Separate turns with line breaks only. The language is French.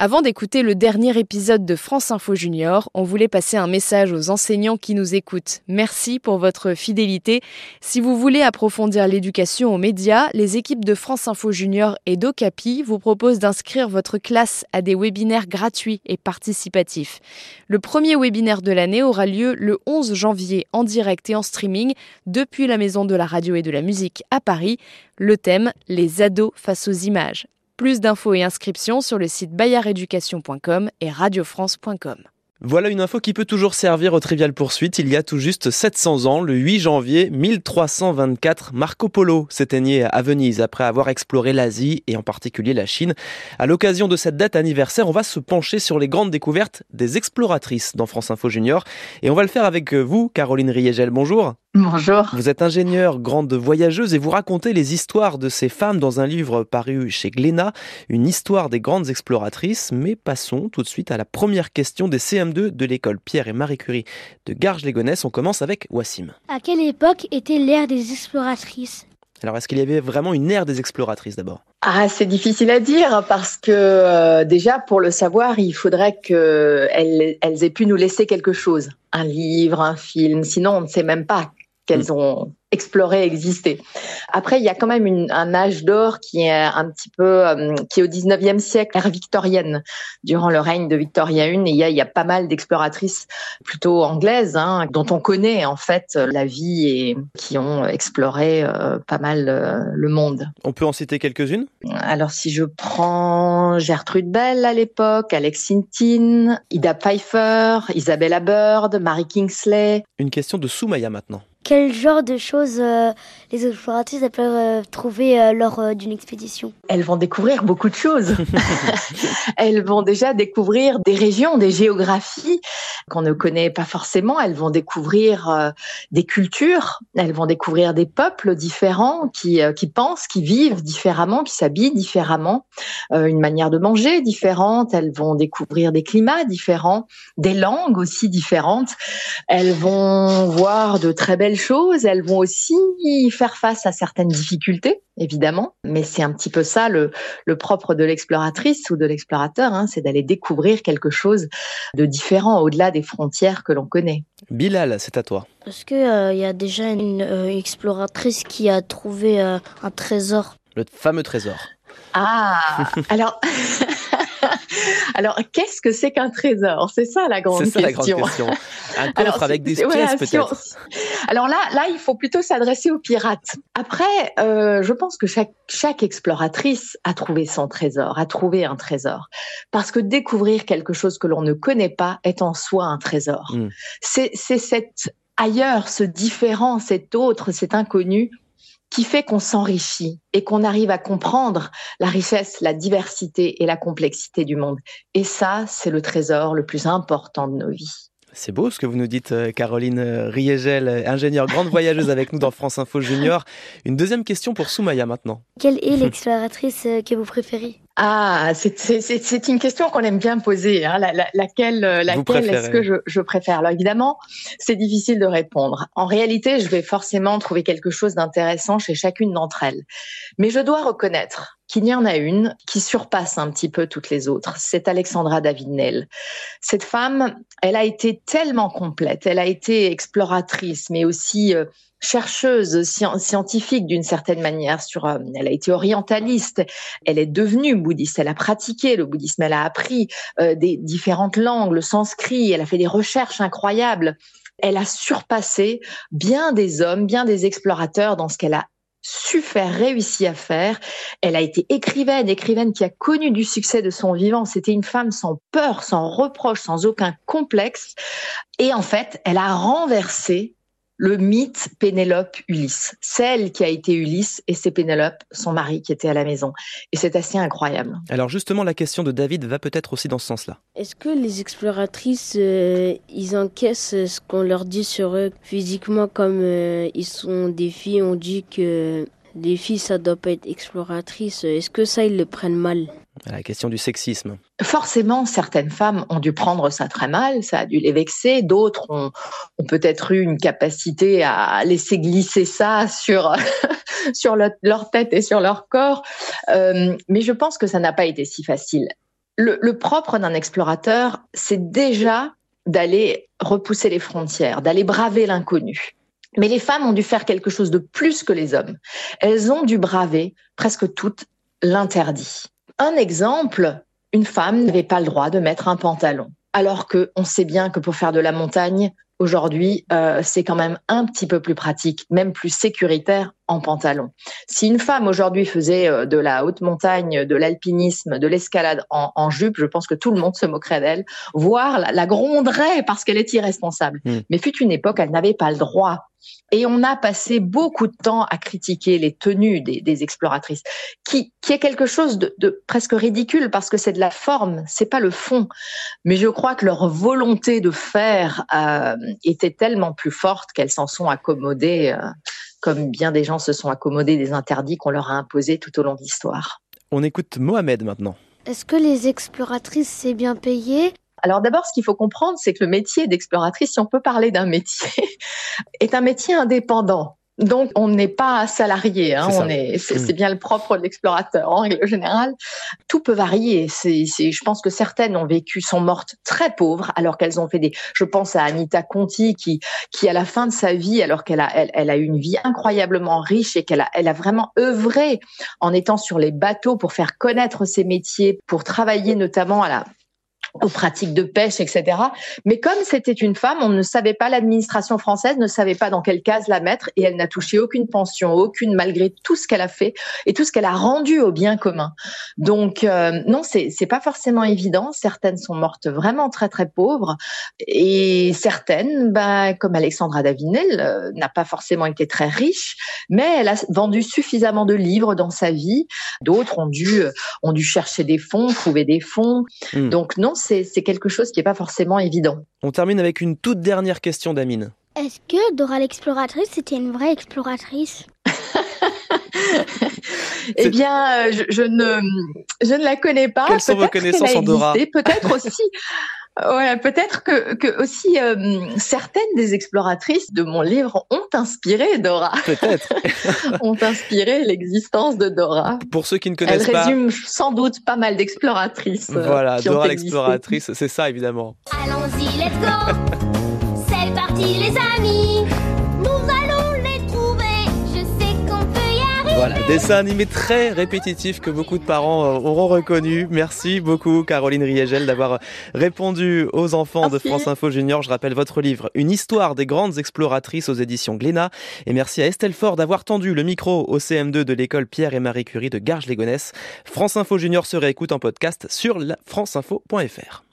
Avant d'écouter le dernier épisode de France Info Junior, on voulait passer un message aux enseignants qui nous écoutent. Merci pour votre fidélité. Si vous voulez approfondir l'éducation aux médias, les équipes de France Info Junior et d'Ocapi vous proposent d'inscrire votre classe à des webinaires gratuits et participatifs. Le premier webinaire de l'année aura lieu le 11 janvier en direct et en streaming depuis la Maison de la Radio et de la Musique à Paris. Le thème, les ados face aux images. Plus d'infos et inscriptions sur le site bayardeducation.com et radiofrance.com.
Voilà une info qui peut toujours servir au Trivial Poursuite. Il y a tout juste 700 ans, le 8 janvier 1324, Marco Polo s'éteignait à Venise après avoir exploré l'Asie et en particulier la Chine. À l'occasion de cette date anniversaire, on va se pencher sur les grandes découvertes des exploratrices dans France Info Junior. Et on va le faire avec vous, Caroline Riegel. Bonjour.
Bonjour.
Vous êtes ingénieure, grande voyageuse et vous racontez les histoires de ces femmes dans un livre paru chez Glénat, une histoire des grandes exploratrices. Mais passons tout de suite à la première question des CM2 de l'école Pierre et Marie Curie de Garges-les-Gonesse. On commence avec Wassim.
À quelle époque était l'ère des exploratrices ?
Alors, est-ce qu'il y avait vraiment une ère des exploratrices d'abord ?
C'est difficile à dire parce que déjà, pour le savoir, il faudrait qu'elles aient pu nous laisser quelque chose. Un livre, un film, sinon on ne sait même pas qu'elles ont exploré, existé. Après, il y a quand même un âge d'or qui est un petit peu, qui est au 19e siècle, l'ère victorienne, durant le règne de Victoria I. Et il y a pas mal d'exploratrices plutôt anglaises, dont on connaît en fait la vie et qui ont exploré pas mal le monde.
On peut en citer quelques-unes ?
Alors, si je prends Gertrude Bell à l'époque, Alexine Tin, Ida Pfeiffer, Isabella Bird, Mary Kingsley.
Une question de Soumaya maintenant.
Quel genre de choses les exploratrices peuvent trouver lors d'une expédition ?
Elles vont découvrir beaucoup de choses. Elles vont déjà découvrir des régions, des géographies qu'on ne connaît pas forcément. Elles vont découvrir des cultures. Elles vont découvrir des peuples différents qui pensent, qui vivent différemment, qui s'habillent différemment, une manière de manger différente. Elles vont découvrir des climats différents, des langues aussi différentes. Elles vont voir de très belles choses, elles vont aussi faire face à certaines difficultés, évidemment, mais c'est un petit peu ça le propre de l'exploratrice ou de l'explorateur, c'est d'aller découvrir quelque chose de différent au-delà des frontières que l'on connaît.
Bilal, c'est à toi.
Est-ce qu'il y a déjà une exploratrice qui a trouvé un trésor ?
Le fameux trésor.
Alors, qu'est-ce que c'est qu'un trésor ? C'est ça la grande question.
La grande question. Un coffre avec des pièces peut-être.
Alors là, il faut plutôt s'adresser aux pirates. Après, je pense que chaque exploratrice a trouvé son trésor, a trouvé un trésor. Parce que découvrir quelque chose que l'on ne connaît pas est en soi un trésor. C'est cet ailleurs, ce différent, cet autre, cet inconnu qui fait qu'on s'enrichit et qu'on arrive à comprendre la richesse, la diversité et la complexité du monde. Et ça, c'est le trésor le plus important de nos vies.
C'est beau ce que vous nous dites, Caroline Riegel, ingénieure grande voyageuse avec nous dans France Info Junior. Une deuxième question pour Soumaya maintenant.
Quelle est l'exploratrice que vous préférez ?
C'est une question qu'on aime bien poser. Laquelle est-ce que je préfère ? Alors évidemment, c'est difficile de répondre. En réalité, je vais forcément trouver quelque chose d'intéressant chez chacune d'entre elles. Mais je dois reconnaître qu'il y en a une qui surpasse un petit peu toutes les autres. C'est Alexandra David-Néel. Cette femme, elle a été tellement complète. Elle a été exploratrice, mais aussi chercheuse scientifique d'une certaine manière. Elle a été orientaliste. Elle est devenue bouddhiste. Elle a pratiqué le bouddhisme. Elle a appris des différentes langues, le sanskrit. Elle a fait des recherches incroyables. Elle a surpassé bien des hommes, bien des explorateurs dans ce qu'elle a su faire, réussi à faire. Elle a été écrivaine qui a connu du succès de son vivant. C'était une femme sans peur, sans reproche, sans aucun complexe. Et en fait, elle a renversé le mythe Pénélope-Ulysse. C'est elle qui a été Ulysse et c'est Pénélope, son mari, qui était à la maison. Et c'est assez incroyable.
Alors justement, la question de David va peut-être aussi dans ce sens-là.
Est-ce que les exploratrices, ils encaissent ce qu'on leur dit sur eux physiquement, comme ils sont des filles, on dit que les filles, ça doit pas être exploratrices. Est-ce que ça, ils le prennent mal ?
La question du sexisme.
Forcément, certaines femmes ont dû prendre ça très mal, ça a dû les vexer. D'autres ont peut-être eu une capacité à laisser glisser ça sur leur tête et sur leur corps. Mais je pense que ça n'a pas été si facile. Le propre d'un explorateur, c'est déjà d'aller repousser les frontières, d'aller braver l'inconnu. Mais les femmes ont dû faire quelque chose de plus que les hommes. Elles ont dû braver presque toutes l'interdit. Un exemple, une femme n'avait pas le droit de mettre un pantalon. Alors qu'on sait bien que pour faire de la montagne, aujourd'hui, c'est quand même un petit peu plus pratique, même plus sécuritaire en pantalon. Si une femme aujourd'hui faisait de la haute montagne, de l'alpinisme, de l'escalade en jupe, je pense que tout le monde se moquerait d'elle, voire la gronderait parce qu'elle est irresponsable. Mais fut une époque, elle n'avait pas le droit. Et on a passé beaucoup de temps à critiquer les tenues des exploratrices, qui est quelque chose de presque ridicule parce que c'est de la forme, c'est pas le fond. Mais je crois que leur volonté de faire était tellement plus forte qu'elles s'en sont accommodées, comme bien des gens se sont accommodés des interdits qu'on leur a imposés tout au long de l'histoire.
On écoute Mohamed maintenant.
Est-ce que les exploratrices, c'est bien payé ?
Alors d'abord, ce qu'il faut comprendre, c'est que le métier d'exploratrice, si on peut parler d'un métier, est un métier indépendant. Donc, on n'est pas salarié, c'est bien le propre de l'explorateur en règle générale. Tout peut varier. Je pense que certaines sont mortes très pauvres, alors qu'elles ont fait je pense à Anita Conti, qui à la fin de sa vie, alors qu'elle a eu une vie incroyablement riche et qu'elle a vraiment œuvré en étant sur les bateaux pour faire connaître ses métiers, pour travailler notamment aux pratiques de pêche, etc. Mais comme c'était une femme, on ne savait pas, l'administration française ne savait pas dans quelle case la mettre et elle n'a touché aucune pension, malgré tout ce qu'elle a fait et tout ce qu'elle a rendu au bien commun. Donc, non, c'est pas forcément évident. Certaines sont mortes vraiment très, très pauvres et certaines, comme Alexandra Davinel, n'a pas forcément été très riche, mais elle a vendu suffisamment de livres dans sa vie. D'autres ont dû chercher des fonds, trouver des fonds. Donc, non, c'est quelque chose qui n'est pas forcément évident.
On termine avec une toute dernière question d'Amine.
Est-ce que Dora l'exploratrice, c'était une vraie exploratrice ?
Eh bien, je ne la connais pas.
Quelles sont vos connaissances en Dora ?
Peut-être aussi. Voilà, peut-être que aussi certaines des exploratrices de mon livre ont inspiré Dora.
Peut-être.
Ont inspiré l'existence de Dora.
Pour ceux qui ne connaissent pas...
Elle résume sans doute pas mal d'exploratrices.
Voilà,
qui
Dora
ont
l'exploratrice, c'est ça évidemment.
Allons-y, let's go. C'est parti les amis. Nous allons les trouver. Je sais qu'on peut y arriver.
Voilà, dessin animé très répétitif que beaucoup de parents auront reconnu. Merci beaucoup Caroline Riegel d'avoir répondu aux enfants de France Info Junior. Je rappelle votre livre Une histoire des grandes exploratrices aux éditions Glénat. Et merci à Estelle Faure d'avoir tendu le micro au CM2 de l'école Pierre et Marie Curie de Garges-les-Gonesse. France Info Junior se réécoute en podcast sur franceinfo.fr.